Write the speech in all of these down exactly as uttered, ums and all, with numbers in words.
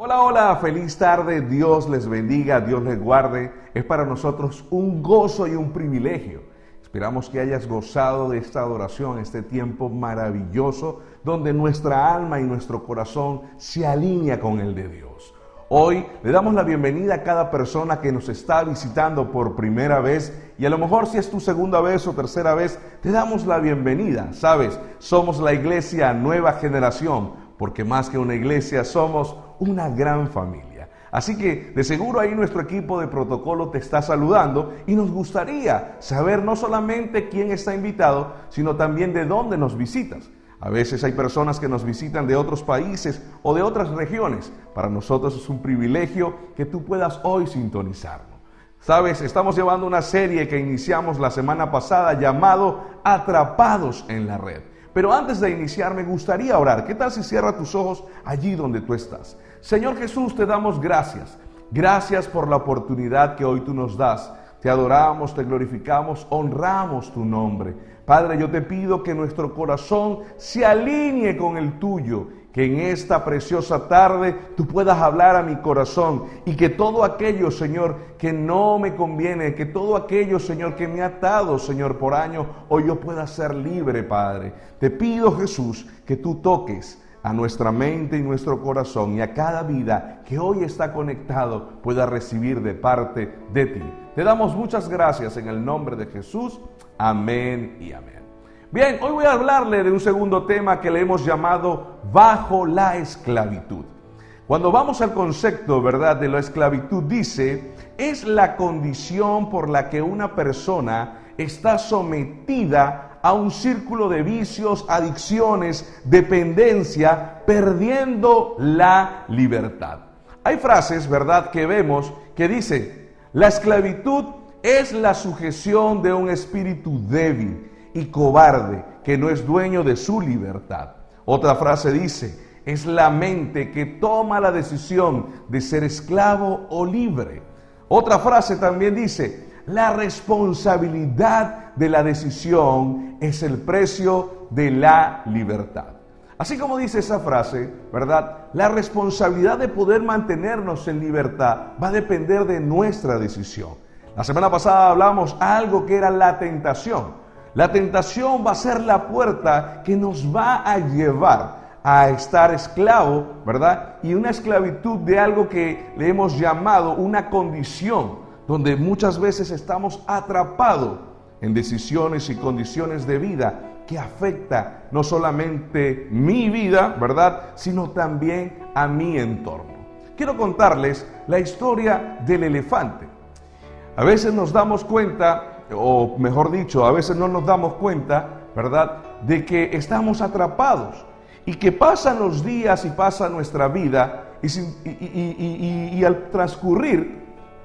Hola, hola, feliz tarde, Dios les bendiga, Dios les guarde. Es para nosotros un gozo y un privilegio. Esperamos que hayas gozado de esta adoración, este tiempo maravilloso donde nuestra alma y nuestro corazón se alinea con el de Dios. Hoy le damos la bienvenida a cada persona que nos está visitando por primera vez y a lo mejor si es tu segunda vez o tercera vez, te damos la bienvenida. Sabes, somos la iglesia Nueva Generación, porque más que una iglesia somos una gran familia. Así que de seguro ahí nuestro equipo de protocolo te está saludando y nos gustaría saber no solamente quién está invitado, sino también de dónde nos visitas. A veces hay personas que nos visitan de otros países o de otras regiones. Para nosotros es un privilegio que tú puedas hoy sintonizarnos. Sabes, estamos llevando una serie que iniciamos la semana pasada llamado Atrapados en la Red. Pero antes de iniciar me gustaría orar. ¿Qué tal si cierras tus ojos allí donde tú estás? Señor Jesús, te damos gracias. Gracias por la oportunidad que hoy tú nos das. Te adoramos, te glorificamos, honramos tu nombre. Padre, yo te pido que nuestro corazón se alinee con el tuyo, que en esta preciosa tarde tú puedas hablar a mi corazón y que todo aquello, Señor, que no me conviene, que todo aquello, Señor, que me ha atado, Señor, por años, hoy yo pueda ser libre, Padre. Te pido, Jesús, que tú toques a nuestra mente y nuestro corazón y a cada vida que hoy está conectado pueda recibir de parte de ti. Te damos muchas gracias en el nombre de Jesús. Amén y amén. Bien, hoy voy a hablarle de un segundo tema que le hemos llamado bajo la esclavitud. Cuando vamos al concepto, ¿verdad?, de la esclavitud, dice, es la condición por la que una persona está sometida a un círculo de vicios, adicciones, dependencia, perdiendo la libertad. Hay frases, ¿verdad?, que vemos que dicen, la esclavitud es la sujeción de un espíritu débil y cobarde que no es dueño de su libertad. Otra frase dice, es la mente que toma la decisión de ser esclavo o libre. Otra frase también dice, la responsabilidad de la decisión es el precio de la libertad. Así como dice esa frase, ¿verdad? La responsabilidad de poder mantenernos en libertad va a depender de nuestra decisión. La semana pasada hablamos algo que era la tentación. La tentación va a ser la puerta que nos va a llevar a estar esclavo, ¿verdad? Y una esclavitud de algo que le hemos llamado una condición, donde muchas veces estamos atrapados en decisiones y condiciones de vida que afecta no solamente mi vida, ¿verdad?, sino también a mi entorno. Quiero contarles la historia del elefante. A veces nos damos cuenta, o mejor dicho, a veces no nos damos cuenta, ¿verdad?, de que estamos atrapados y que pasan los días y pasa nuestra vida y, y, y, y, y al transcurrir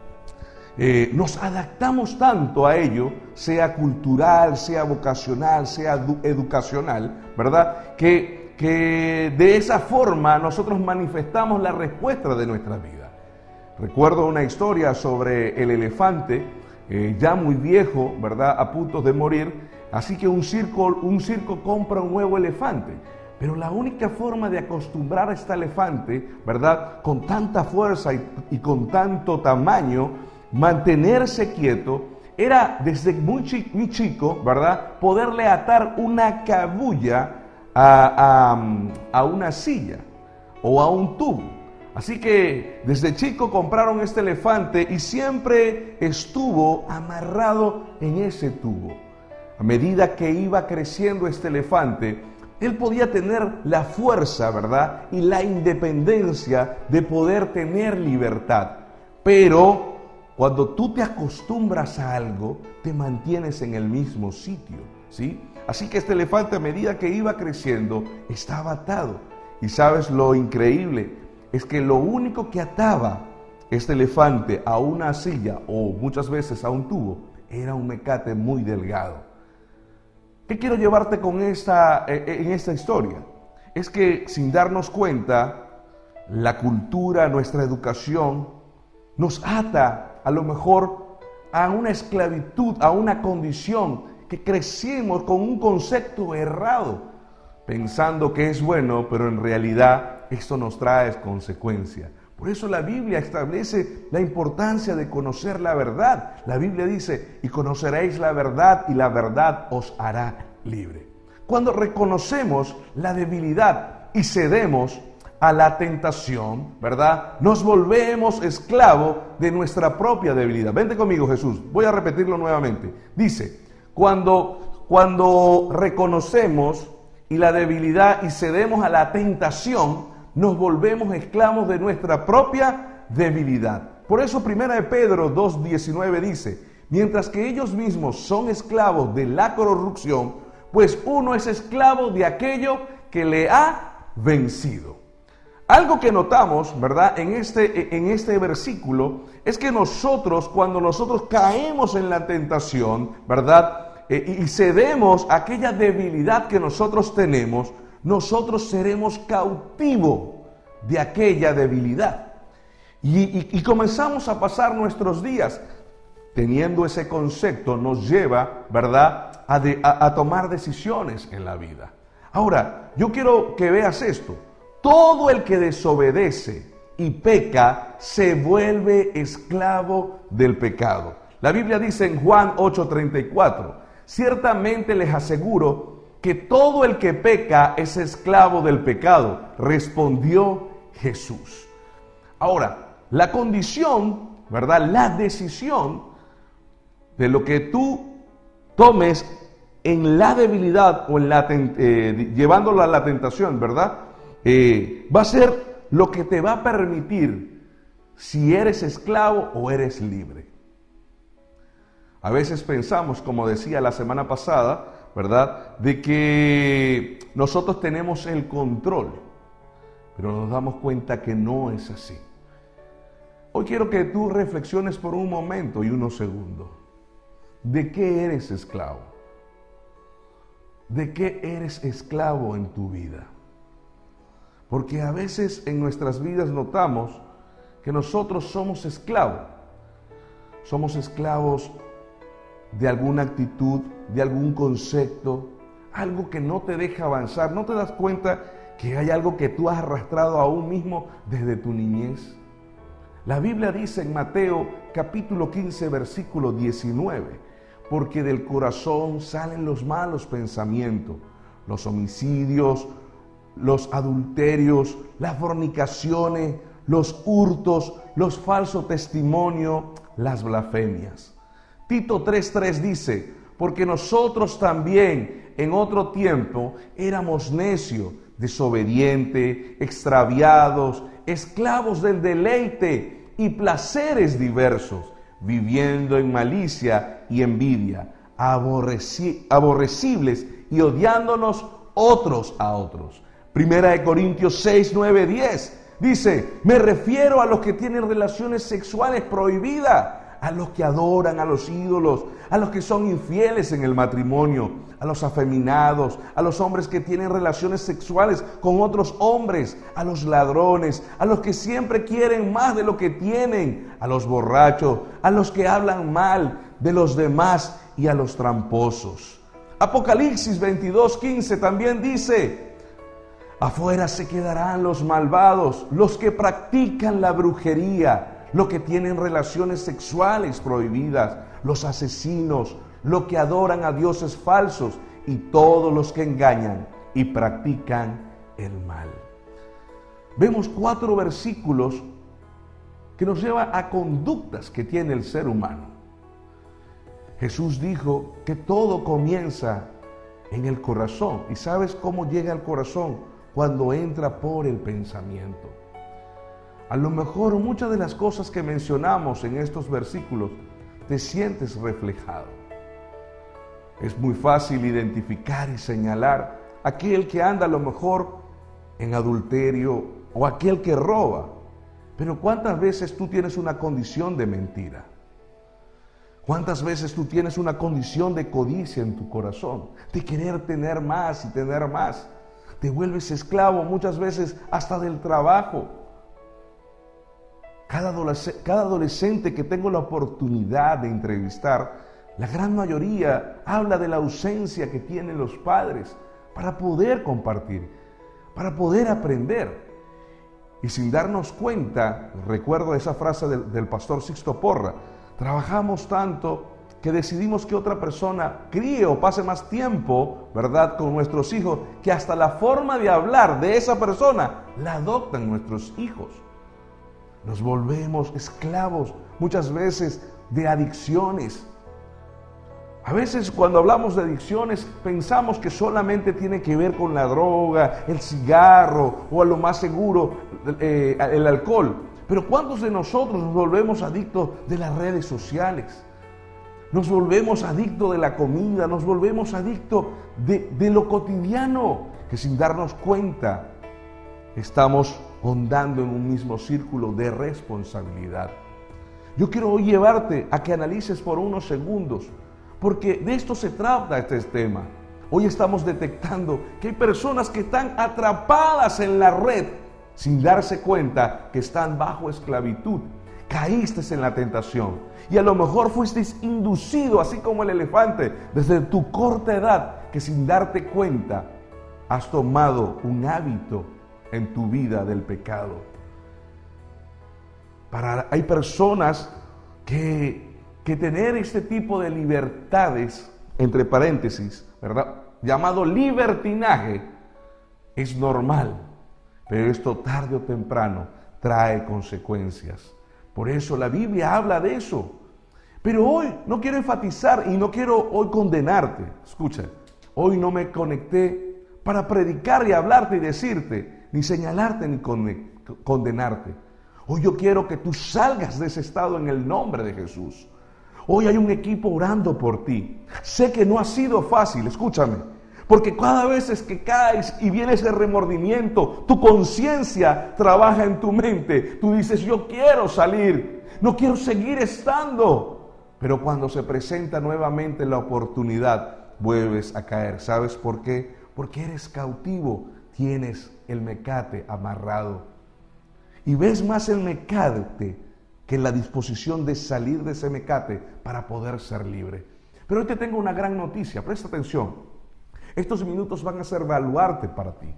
eh, nos adaptamos tanto a ello, sea cultural, sea vocacional, sea edu- educacional, ¿verdad?, que, que de esa forma nosotros manifestamos la respuesta de nuestra vida. Recuerdo una historia sobre el elefante, eh, ya muy viejo, ¿verdad?, a punto de morir, así que un circo, un circo compra un nuevo elefante, pero la única forma de acostumbrar a este elefante, ¿verdad?, con tanta fuerza y, y con tanto tamaño, mantenerse quieto, era desde muy, chi, muy chico, ¿verdad?, poderle atar una cabulla a, a, a una silla o a un tubo. Así que desde chico compraron este elefante y siempre estuvo amarrado en ese tubo. A medida que iba creciendo este elefante, él podía tener la fuerza, ¿verdad?, y la independencia de poder tener libertad. Pero cuando tú te acostumbras a algo, te mantienes en el mismo sitio, ¿sí? Así que este elefante, a medida que iba creciendo, estaba atado. Y ¿sabes lo increíble? Es que lo único que ataba este elefante a una silla o muchas veces a un tubo era un mecate muy delgado. ¿Qué quiero llevarte con esta, en esta historia? Es que sin darnos cuenta, la cultura, nuestra educación, nos ata a lo mejor a una esclavitud, a una condición que crecimos con un concepto errado, pensando que es bueno, pero en realidad esto nos trae consecuencias. Por eso la Biblia establece la importancia de conocer la verdad. La Biblia dice, y conoceréis la verdad y la verdad os hará libre. Cuando reconocemos la debilidad y cedemos a la tentación, ¿verdad? Nos volvemos esclavos de nuestra propia debilidad. Vente conmigo, Jesús. Voy a repetirlo nuevamente. Dice, cuando, cuando reconocemos y la debilidad y cedemos a la tentación, nos volvemos esclavos de nuestra propia debilidad. Por eso primera de Pedro dos diecinueve dice, mientras que ellos mismos son esclavos de la corrupción, pues uno es esclavo de aquello que le ha vencido. Algo que notamos, ¿verdad?, en este, en este versículo, es que nosotros, cuando nosotros caemos en la tentación, ¿verdad?, eh, y cedemos a aquella debilidad que nosotros tenemos, nosotros seremos cautivos de aquella debilidad. Y, y, y comenzamos a pasar nuestros días teniendo ese concepto, nos lleva, ¿verdad?, a, de, a, a tomar decisiones en la vida. Ahora, yo quiero que veas esto. Todo el que desobedece y peca se vuelve esclavo del pecado. La Biblia dice en Juan ocho treinta y cuatro, ciertamente les aseguro que todo el que peca es esclavo del pecado, respondió Jesús. Ahora, la condición, ¿verdad?, la decisión de lo que tú tomes en la debilidad o en la eh, llevándolo a la tentación, ¿verdad?, eh, va a ser lo que te va a permitir si eres esclavo o eres libre. A veces pensamos, como decía la semana pasada, ¿verdad?, de que nosotros tenemos el control, pero nos damos cuenta que no es así. Hoy quiero que tú reflexiones por un momento y unos segundos. ¿De qué eres esclavo? ¿De qué eres esclavo en tu vida? Porque a veces en nuestras vidas notamos que nosotros somos esclavos. Somos esclavos de alguna actitud, de algún concepto, algo que no te deja avanzar. ¿No te das cuenta que hay algo que tú has arrastrado aún mismo desde tu niñez? La Biblia dice en Mateo capítulo quince, versículo diecinueve, porque del corazón salen los malos pensamientos, los homicidios, los adulterios, las fornicaciones, los hurtos, los falsos testimonios, las blasfemias. Tito tres tres dice, porque nosotros también en otro tiempo éramos necios, desobedientes, extraviados, esclavos del deleite y placeres diversos, viviendo en malicia y envidia, aborreci- aborrecibles y odiándonos otros a otros. Primera de Corintios seis, nueve, diez dice, me refiero a los que tienen relaciones sexuales prohibidas, a los que adoran a los ídolos, a los que son infieles en el matrimonio, a los afeminados, a los hombres que tienen relaciones sexuales con otros hombres, a los ladrones, a los que siempre quieren más de lo que tienen, a los borrachos, a los que hablan mal de los demás y a los tramposos. Apocalipsis veintidós, quince también dice, afuera se quedarán los malvados, los que practican la brujería, los que tienen relaciones sexuales prohibidas, los asesinos, los que adoran a dioses falsos y todos los que engañan y practican el mal. Vemos cuatro versículos que nos llevan a conductas que tiene el ser humano. Jesús dijo que todo comienza en el corazón. ¿Y sabes cómo llega al corazón? Cuando entra por el pensamiento. A lo mejor muchas de las cosas que mencionamos en estos versículos te sientes reflejado. Es muy fácil identificar y señalar aquel que anda a lo mejor en adulterio o aquel que roba. Pero ¿cuántas veces tú tienes una condición de mentira? ¿Cuántas veces tú tienes una condición de codicia en tu corazón? De querer tener más y tener más. Te vuelves esclavo muchas veces hasta del trabajo. Cada adolescente, cada adolescente que tengo la oportunidad de entrevistar, la gran mayoría habla de la ausencia que tienen los padres para poder compartir, para poder aprender. Y sin darnos cuenta, recuerdo esa frase del, del pastor Sixto Porra, trabajamos tanto que decidimos que otra persona críe o pase más tiempo, ¿verdad?, con nuestros hijos, que hasta la forma de hablar de esa persona la adoptan nuestros hijos. Nos volvemos esclavos muchas veces de adicciones. A veces cuando hablamos de adicciones pensamos que solamente tiene que ver con la droga, el cigarro o a lo más seguro eh, el alcohol. Pero ¿cuántos de nosotros nos volvemos adictos de las redes sociales? Nos volvemos adictos de la comida, nos volvemos adictos de, de lo cotidiano, que sin darnos cuenta estamos ondando en un mismo círculo de responsabilidad. Yo quiero hoy llevarte a que analices por unos segundos, porque de esto se trata este tema. Hoy estamos detectando que hay personas que están atrapadas en la red sin darse cuenta que están bajo esclavitud. Caíste en la tentación y a lo mejor fuiste inducido, así como el elefante, desde tu corta edad, que sin darte cuenta has tomado un hábito en tu vida del pecado. Para, hay personas que, que tener este tipo de libertades, entre paréntesis, ¿verdad?, llamado libertinaje, es normal, pero esto tarde o temprano trae consecuencias. Por eso la Biblia habla de eso. Pero hoy no quiero enfatizar y no quiero hoy condenarte. Escucha, hoy no me conecté para predicar y hablarte y decirte, ni señalarte ni condenarte. Hoy yo quiero que tú salgas de ese estado en el nombre de Jesús. Hoy hay un equipo orando por ti. Sé que no ha sido fácil, escúchame, porque cada vez es que caes y viene ese remordimiento, tu conciencia trabaja en tu mente. Tú dices, yo quiero salir, no quiero seguir estando. Pero cuando se presenta nuevamente la oportunidad, vuelves a caer. ¿Sabes por qué? Porque eres cautivo, tienes el mecate amarrado. Y ves más el mecate que la disposición de salir de ese mecate para poder ser libre. Pero hoy te tengo una gran noticia, presta atención. Estos minutos van a ser evaluarte para ti.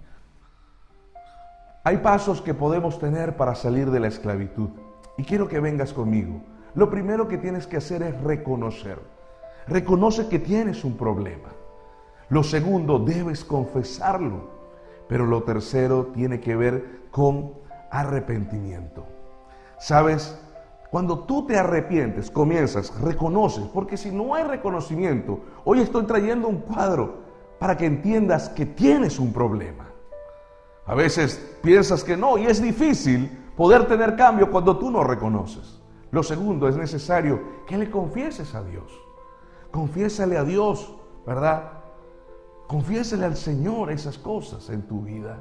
Hay pasos que podemos tener para salir de la esclavitud. Y quiero que vengas conmigo. Lo primero que tienes que hacer es reconocer. Reconoce que tienes un problema. Lo segundo, debes confesarlo. Pero lo tercero tiene que ver con arrepentimiento. ¿Sabes? Cuando tú te arrepientes, comienzas, reconoces. Porque si no hay reconocimiento, hoy estoy trayendo un cuadro para que entiendas que tienes un problema. A veces piensas que no, y es difícil poder tener cambio cuando tú no reconoces. Lo segundo, es necesario que le confieses a Dios. Confiésale a Dios, ¿verdad? Confiésale al Señor esas cosas en tu vida.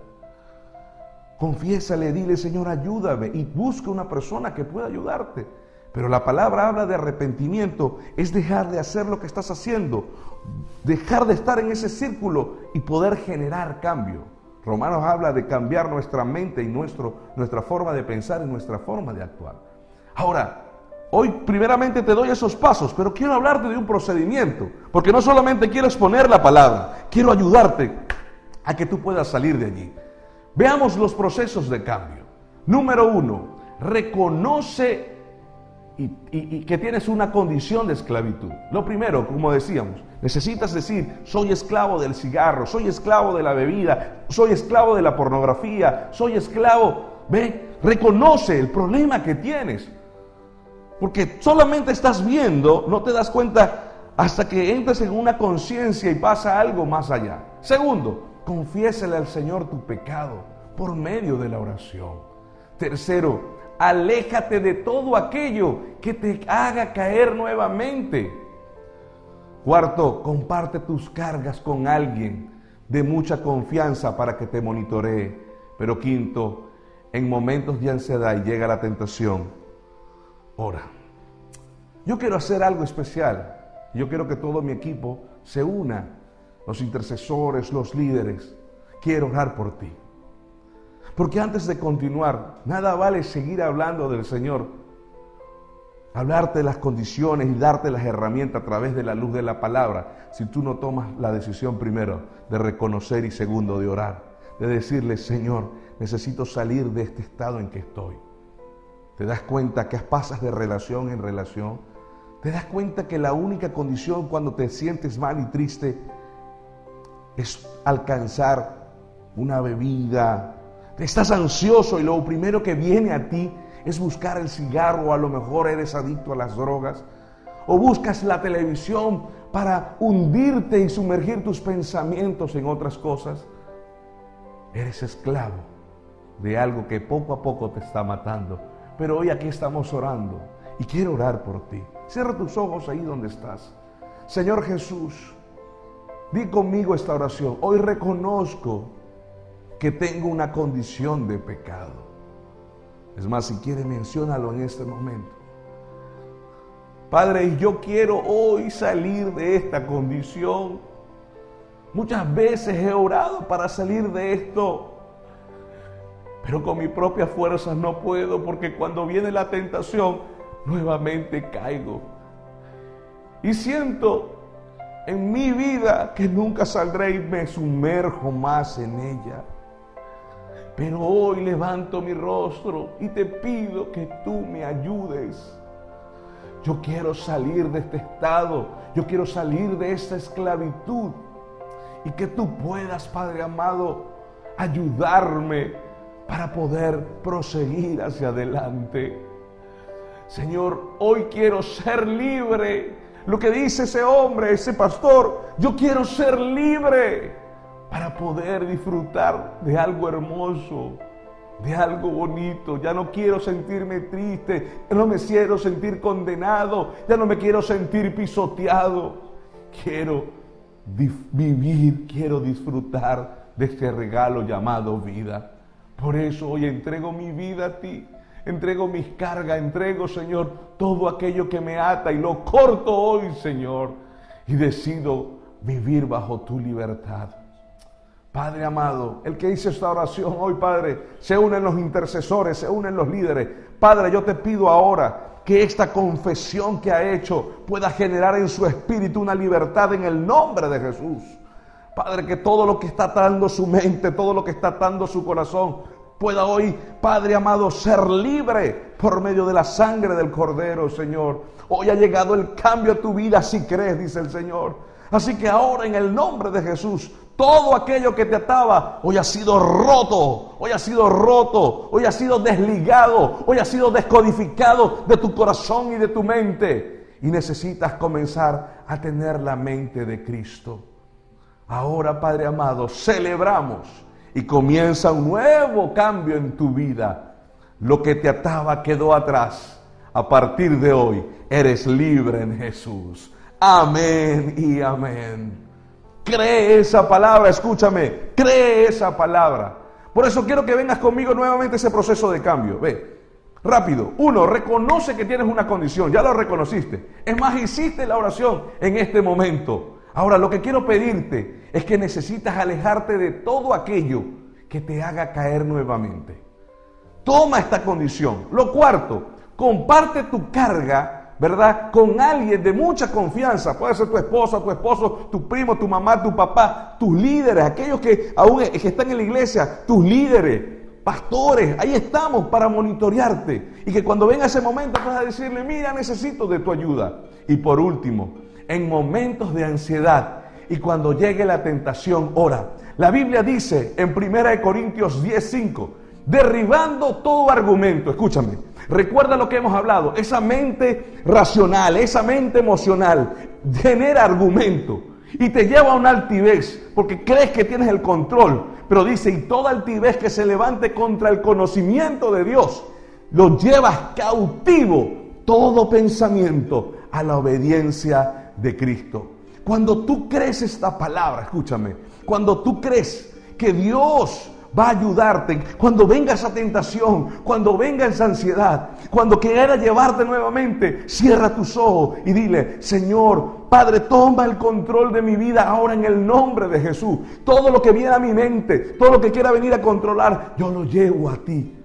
Confiésale, dile, Señor, ayúdame, y busca una persona que pueda ayudarte. Pero la palabra habla de arrepentimiento, es dejar de hacer lo que estás haciendo, dejar de estar en ese círculo y poder generar cambio. Romanos habla de cambiar nuestra mente y nuestro, nuestra forma de pensar y nuestra forma de actuar. Ahora, hoy primeramente te doy esos pasos, pero quiero hablarte de un procedimiento, porque no solamente quiero exponer la palabra, quiero ayudarte a que tú puedas salir de allí. Veamos los procesos de cambio. Número uno, reconoce Y, y, y que tienes una condición de esclavitud. Lo primero, como decíamos, necesitas decir, soy esclavo del cigarro, soy esclavo de la bebida, soy esclavo de la pornografía, soy esclavo. Ve, reconoce el problema que tienes, porque solamente estás viendo, no te das cuenta hasta que entras en una conciencia y pasa algo más allá. Segundo, confiésale al Señor tu pecado por medio de la oración. Tercero, aléjate de todo aquello que te haga caer nuevamente. Cuarto, comparte tus cargas con alguien de mucha confianza para que te monitoree. Pero quinto, en momentos de ansiedad y llega la tentación, ora. Yo quiero hacer algo especial. Yo quiero que todo mi equipo se una, los intercesores, los líderes. Quiero orar por ti. Porque antes de continuar, nada vale seguir hablando del Señor, hablarte de las condiciones y darte las herramientas a través de la luz de la palabra, si tú no tomas la decisión primero de reconocer y segundo de orar. de decirle, Señor, necesito salir de este estado en que estoy. Te das cuenta que pasas de relación en relación. Te das cuenta que la única condición cuando te sientes mal y triste es alcanzar una bebida. Estás ansioso y lo primero que viene a ti es buscar el cigarro, o a lo mejor eres adicto a las drogas, o buscas la televisión para hundirte y sumergir tus pensamientos en otras cosas. Eres esclavo de algo que poco a poco te está matando. Pero hoy aquí estamos orando y quiero orar por ti. Cierra tus ojos ahí donde estás. Señor Jesús, di conmigo esta oración. Hoy reconozco que tengo una condición de pecado. Es más, si quieres, menciónalo en este momento. Padre, yo quiero hoy salir de esta condición. Muchas veces he orado para salir de esto, pero con mis propias fuerzas no puedo, porque cuando viene la tentación, nuevamente caigo. Y siento en mi vida que nunca saldré y me sumerjo más en ella. Pero hoy levanto mi rostro y te pido que tú me ayudes. Yo quiero salir de este estado, yo quiero salir de esta esclavitud. Y que tú puedas, Padre amado, ayudarme para poder proseguir hacia adelante. Señor, hoy quiero ser libre. Lo que dice ese hombre, ese pastor, yo quiero ser libre para poder disfrutar de algo hermoso, de algo bonito. Ya no quiero sentirme triste, ya no me quiero sentir condenado, ya no me quiero sentir pisoteado. Quiero vivir, quiero disfrutar de este regalo llamado vida. Por eso hoy entrego mi vida a ti, entrego mis cargas, entrego, Señor, todo aquello que me ata y lo corto hoy, Señor, y decido vivir bajo tu libertad. Padre amado, el que hizo esta oración hoy, Padre, se unen los intercesores, se unen los líderes. Padre, yo te pido ahora que esta confesión que ha hecho pueda generar en su espíritu una libertad en el nombre de Jesús. Padre, que todo lo que está atando su mente, todo lo que está atando su corazón, pueda hoy, Padre amado, ser libre por medio de la sangre del Cordero, Señor. Hoy ha llegado el cambio a tu vida si crees, dice el Señor. Así que ahora en el nombre de Jesús, todo aquello que te ataba, hoy ha sido roto, hoy ha sido roto, hoy ha sido desligado, hoy ha sido descodificado de tu corazón y de tu mente. Y necesitas comenzar a tener la mente de Cristo. Ahora, Padre amado, celebramos y comienza un nuevo cambio en tu vida. Lo que te ataba quedó atrás. A partir de hoy, eres libre en Jesús. Amén y amén. Cree esa palabra, escúchame, cree esa palabra. Por eso quiero que vengas conmigo nuevamente a ese proceso de cambio. Ve, rápido. Uno, reconoce que tienes una condición, ya lo reconociste. Es más, hiciste la oración en este momento. Ahora, lo que quiero pedirte es que necesitas alejarte de todo aquello que te haga caer nuevamente. Toma esta condición. Lo cuarto, comparte tu carga, ¿verdad?, con alguien de mucha confianza. Puede ser tu esposa, tu esposo, tu primo, tu mamá, tu papá, tus líderes, aquellos que aún que están en la iglesia, tus líderes, pastores. Ahí estamos para monitorearte y que cuando venga ese momento puedas decirle, mira, necesito de tu ayuda. Y por último, en momentos de ansiedad y cuando llegue la tentación, ora. La Biblia dice en primera de Corintios diez cinco, derribando todo argumento, escúchame, recuerda lo que hemos hablado, esa mente racional, esa mente emocional, genera argumento y te lleva a una altivez, porque crees que tienes el control, pero dice, y toda altivez que se levante contra el conocimiento de Dios, lo llevas cautivo, todo pensamiento, a la obediencia de Cristo. Cuando tú crees esta palabra, escúchame, cuando tú crees que Dios va a ayudarte, cuando venga esa tentación, cuando venga esa ansiedad, cuando quiera llevarte nuevamente, cierra tus ojos y dile, Señor, Padre, toma el control de mi vida ahora en el nombre de Jesús. Todo lo que viene a mi mente, todo lo que quiera venir a controlar, yo lo llevo a ti.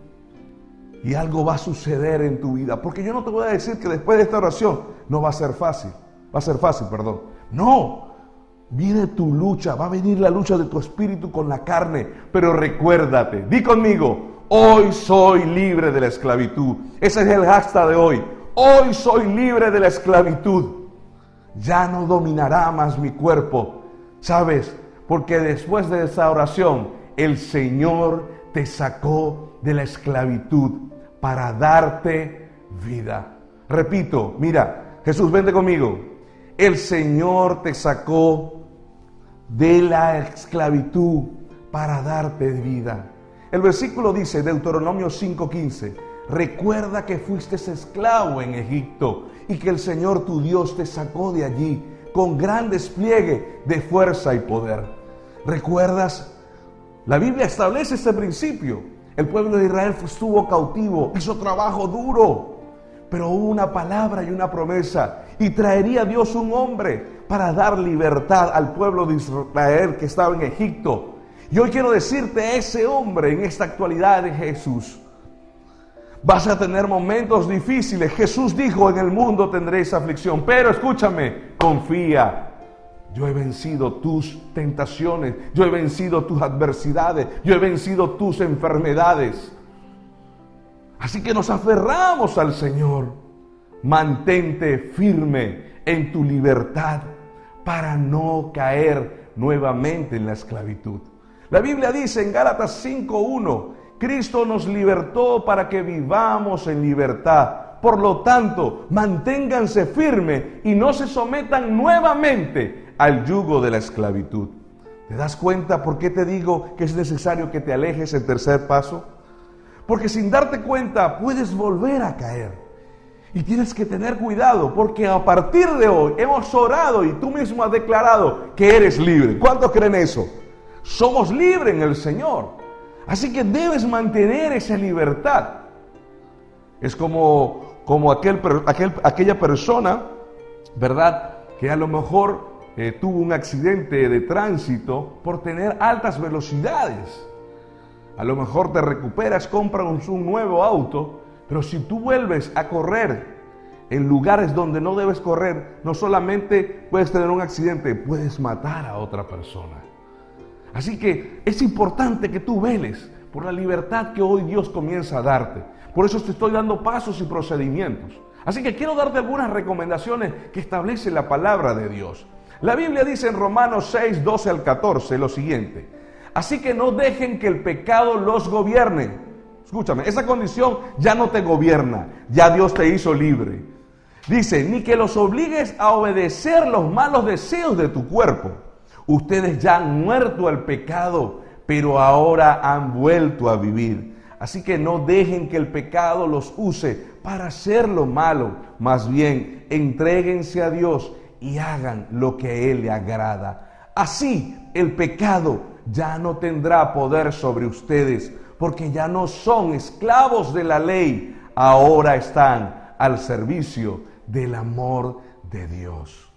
Y algo va a suceder en tu vida, porque yo no te voy a decir que después de esta oración no va a ser fácil, va a ser fácil, perdón. No, Viene tu lucha, va a venir la lucha de tu espíritu con la carne, pero recuérdate, di conmigo, hoy soy libre de la esclavitud. Ese es el hashtag de hoy. Hoy soy libre de la esclavitud. Ya no dominará más mi cuerpo. ¿Sabes? Porque después de esa oración, el Señor te sacó de la esclavitud para darte vida. Repito, mira, Jesús, vente conmigo. El Señor te sacó de la esclavitud para darte vida. El versículo dice, Deuteronomio cinco quince, recuerda que fuiste esclavo en Egipto y que el Señor tu Dios te sacó de allí con gran despliegue de fuerza y poder. ¿Recuerdas? La Biblia establece este principio. El pueblo de Israel estuvo cautivo, hizo trabajo duro, pero hubo una palabra y una promesa, y traería Dios un hombre para dar libertad al pueblo de Israel que estaba en Egipto. Y hoy quiero decirte, ese hombre en esta actualidad es Jesús. Vas a tener momentos difíciles. Jesús dijo, en el mundo tendréis aflicción, pero escúchame, confía. Yo he vencido tus tentaciones, yo he vencido tus adversidades, yo he vencido tus enfermedades. Así que nos aferramos al Señor. Mantente firme en tu libertad para no caer nuevamente en la esclavitud. La Biblia dice en Gálatas cinco uno, Cristo nos libertó para que vivamos en libertad. Por lo tanto, manténganse firmes y no se sometan nuevamente al yugo de la esclavitud. ¿Te das cuenta por qué te digo que es necesario que te alejes el tercer paso? Porque sin darte cuenta puedes volver a caer. Y tienes que tener cuidado, porque a partir de hoy hemos orado y tú mismo has declarado que eres libre. ¿Cuántos creen eso? Somos libres en el Señor. Así que debes mantener esa libertad. Es como, como aquel, aquel, aquella persona, ¿verdad?, que a lo mejor eh, tuvo un accidente de tránsito por tener altas velocidades. A lo mejor te recuperas, compras un nuevo auto, pero si tú vuelves a correr en lugares donde no debes correr, no solamente puedes tener un accidente, puedes matar a otra persona. Así que es importante que tú veles por la libertad que hoy Dios comienza a darte. Por eso te estoy dando pasos y procedimientos. Así que quiero darte algunas recomendaciones que establece la palabra de Dios. La Biblia dice en Romanos seis, doce al catorce lo siguiente: así que no dejen que el pecado los gobierne. Escúchame, esa condición ya no te gobierna, ya Dios te hizo libre. Dice, ni que los obligues a obedecer los malos deseos de tu cuerpo. Ustedes ya han muerto al pecado, pero ahora han vuelto a vivir. Así que no dejen que el pecado los use para hacer lo malo. Más bien, entréguense a Dios y hagan lo que a Él le agrada. Así, el pecado ya no tendrá poder sobre ustedes, porque ya no son esclavos de la ley, ahora están al servicio del amor de Dios.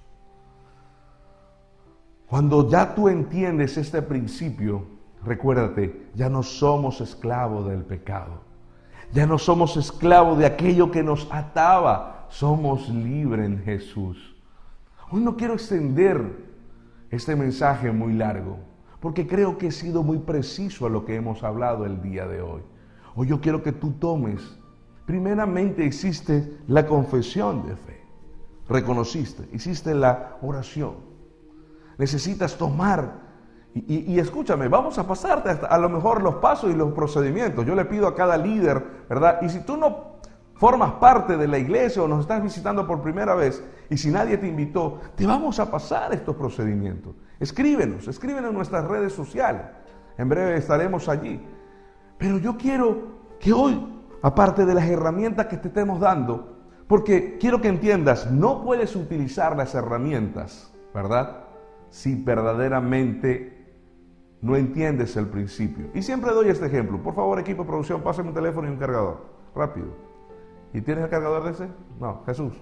Cuando ya tú entiendes este principio, recuérdate, ya no somos esclavos del pecado, ya no somos esclavos de aquello que nos ataba, somos libres en Jesús. Hoy no quiero extender este mensaje muy largo, porque creo que he sido muy preciso a lo que hemos hablado el día de hoy. Hoy yo quiero que tú tomes, primeramente hiciste la confesión de fe, reconociste, hiciste la oración. Necesitas tomar, y, y, y escúchame, vamos a pasarte hasta a lo mejor los pasos y los procedimientos. Yo le pido a cada líder, ¿verdad? Y si tú no formas parte de la iglesia o nos estás visitando por primera vez y si nadie te invitó, te vamos a pasar estos procedimientos. Escríbenos, escríbenos en nuestras redes sociales. En breve estaremos allí. Pero yo quiero que hoy, aparte de las herramientas que te estemos dando, porque quiero que entiendas, no puedes utilizar las herramientas, ¿verdad?, si verdaderamente no entiendes el principio. Y siempre doy este ejemplo. Por favor, equipo de producción, pásenme un teléfono y un cargador. Rápido. ¿Y tienes el cargador de ese? No, Jesús.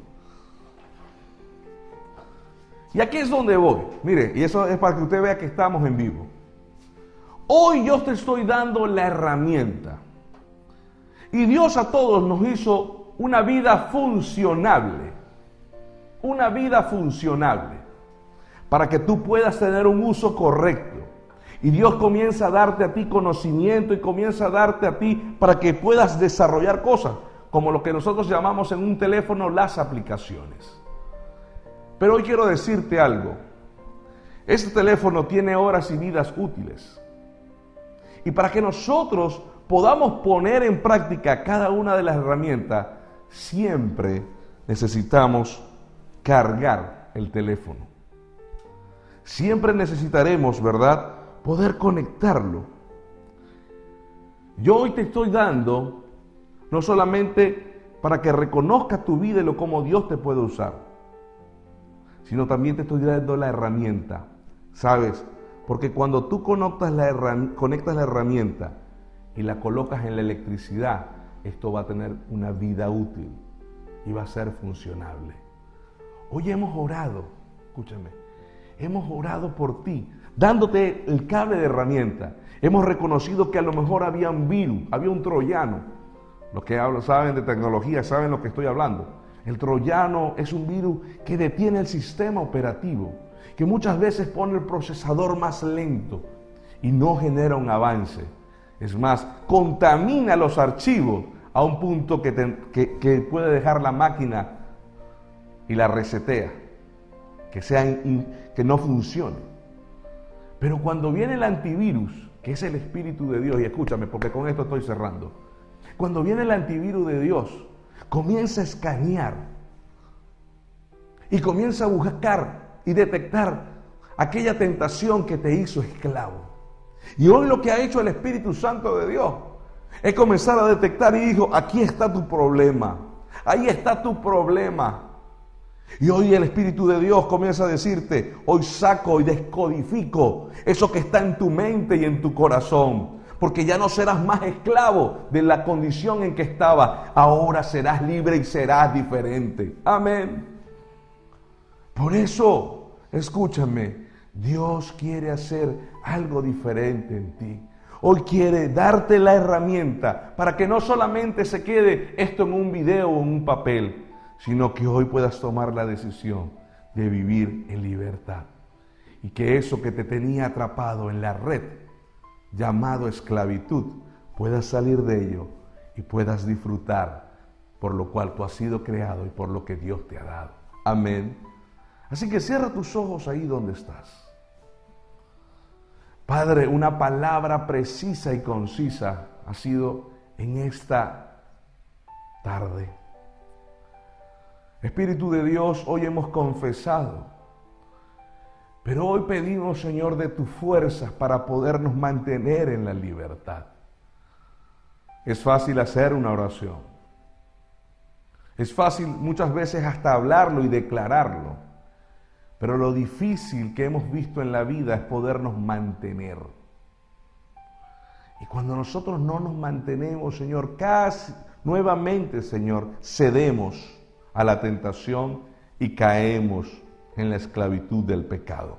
Y aquí es donde voy. Mire, y eso es para que usted vea que estamos en vivo. Hoy yo te estoy dando la herramienta. Y Dios a todos nos hizo una vida funcionable. Una vida funcionable. para que tú puedas tener un uso correcto. Y Dios comienza a darte a ti conocimiento y comienza a darte a ti para que puedas desarrollar cosas, como lo que nosotros llamamos en un teléfono las aplicaciones. Pero hoy quiero decirte algo. Este teléfono tiene horas y vidas útiles. Y para que nosotros podamos poner en práctica cada una de las herramientas, siempre necesitamos cargar el teléfono. Siempre necesitaremos, ¿verdad?, poder conectarlo. Yo hoy te estoy dando, no solamente para que reconozcas tu vida y lo cómo Dios te puede usar, sino también te estoy dando la herramienta, ¿sabes? Porque cuando tú conectas la, herram- conectas la herramienta y la colocas en la electricidad, esto va a tener una vida útil y va a ser funcionable. Hoy hemos orado, escúchame, hemos orado por ti, dándote el cable de herramienta. Hemos reconocido que a lo mejor había un virus, había un troyano. Los que hablan, saben de tecnología, saben lo que estoy hablando. El troyano es un virus que detiene el sistema operativo, que muchas veces pone el procesador más lento y no genera un avance. Es más, contamina los archivos a un punto que, te, que, que puede dejar la máquina y la resetea, que, sea in, que no funcione. Pero cuando viene el antivirus, que es el Espíritu de Dios, y escúchame porque con esto estoy cerrando, cuando viene el antivirus de Dios, comienza a escanear y comienza a buscar y detectar aquella tentación que te hizo esclavo. Y hoy lo que ha hecho el Espíritu Santo de Dios es comenzar a detectar y dijo, aquí está tu problema, ahí está tu problema. Y hoy el Espíritu de Dios comienza a decirte, hoy saco y descodifico eso que está en tu mente y en tu corazón, porque ya no serás más esclavo de la condición en que estaba, ahora serás libre y serás diferente. Amén. Por eso, escúchame, Dios quiere hacer algo diferente en ti. Hoy quiere darte la herramienta para que no solamente se quede esto en un video o en un papel, sino que hoy puedas tomar la decisión de vivir en libertad. Y que eso que te tenía atrapado en la red, llamado esclavitud, puedas salir de ello y puedas disfrutar por lo cual tú has sido creado y por lo que Dios te ha dado. Amén. Así que cierra tus ojos ahí donde estás. Padre, una palabra precisa y concisa ha sido en esta tarde. Espíritu de Dios, hoy hemos confesado, pero hoy pedimos, Señor, de tus fuerzas para podernos mantener en la libertad. Es fácil hacer una oración. Es fácil muchas veces hasta hablarlo y declararlo, pero lo difícil que hemos visto en la vida es podernos mantener. Y cuando nosotros no nos mantenemos, Señor, casi nuevamente, Señor, cedemos a la tentación y caemos en la esclavitud del pecado.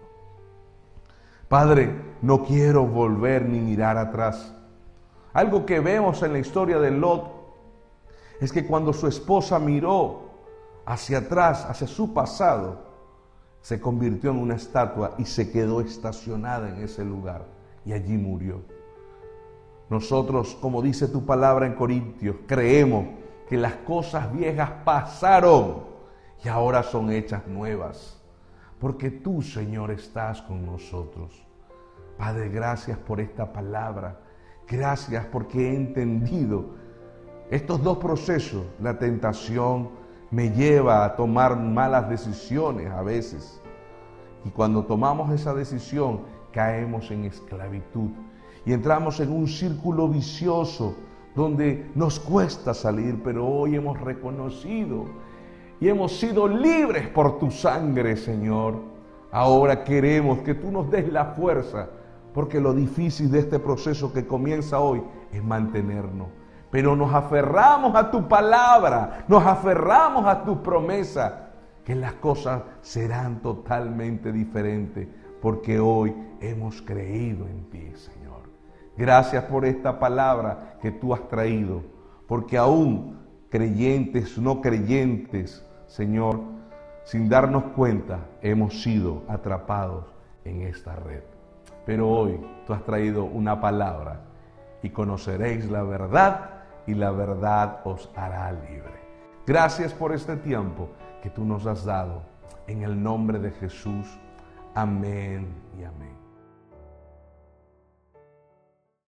Padre, no quiero volver ni mirar atrás. Algo que vemos en la historia de Lot es que cuando su esposa miró hacia atrás, hacia su pasado, se convirtió en una estatua y se quedó estacionada en ese lugar y allí murió. Nosotros, como dice tu palabra en Corintios, creemos que las cosas viejas pasaron y ahora son hechas nuevas, porque tú, Señor, estás con nosotros. Padre, gracias por esta palabra, gracias porque he entendido estos dos procesos. La tentación me lleva a tomar malas decisiones a veces, y cuando tomamos esa decisión caemos en esclavitud y entramos en un círculo vicioso donde nos cuesta salir, pero hoy hemos reconocido y hemos sido libres por tu sangre, Señor. Ahora queremos que tú nos des la fuerza, porque lo difícil de este proceso que comienza hoy es mantenernos. Pero nos aferramos a tu palabra, nos aferramos a tu promesa, que las cosas serán totalmente diferentes, porque hoy hemos creído en ti, Señor. Gracias por esta palabra que tú has traído, porque aún creyentes, no creyentes, Señor, sin darnos cuenta, hemos sido atrapados en esta red. Pero hoy tú has traído una palabra y conoceréis la verdad y la verdad os hará libre. Gracias por este tiempo que tú nos has dado. En el nombre de Jesús. Amén y amén.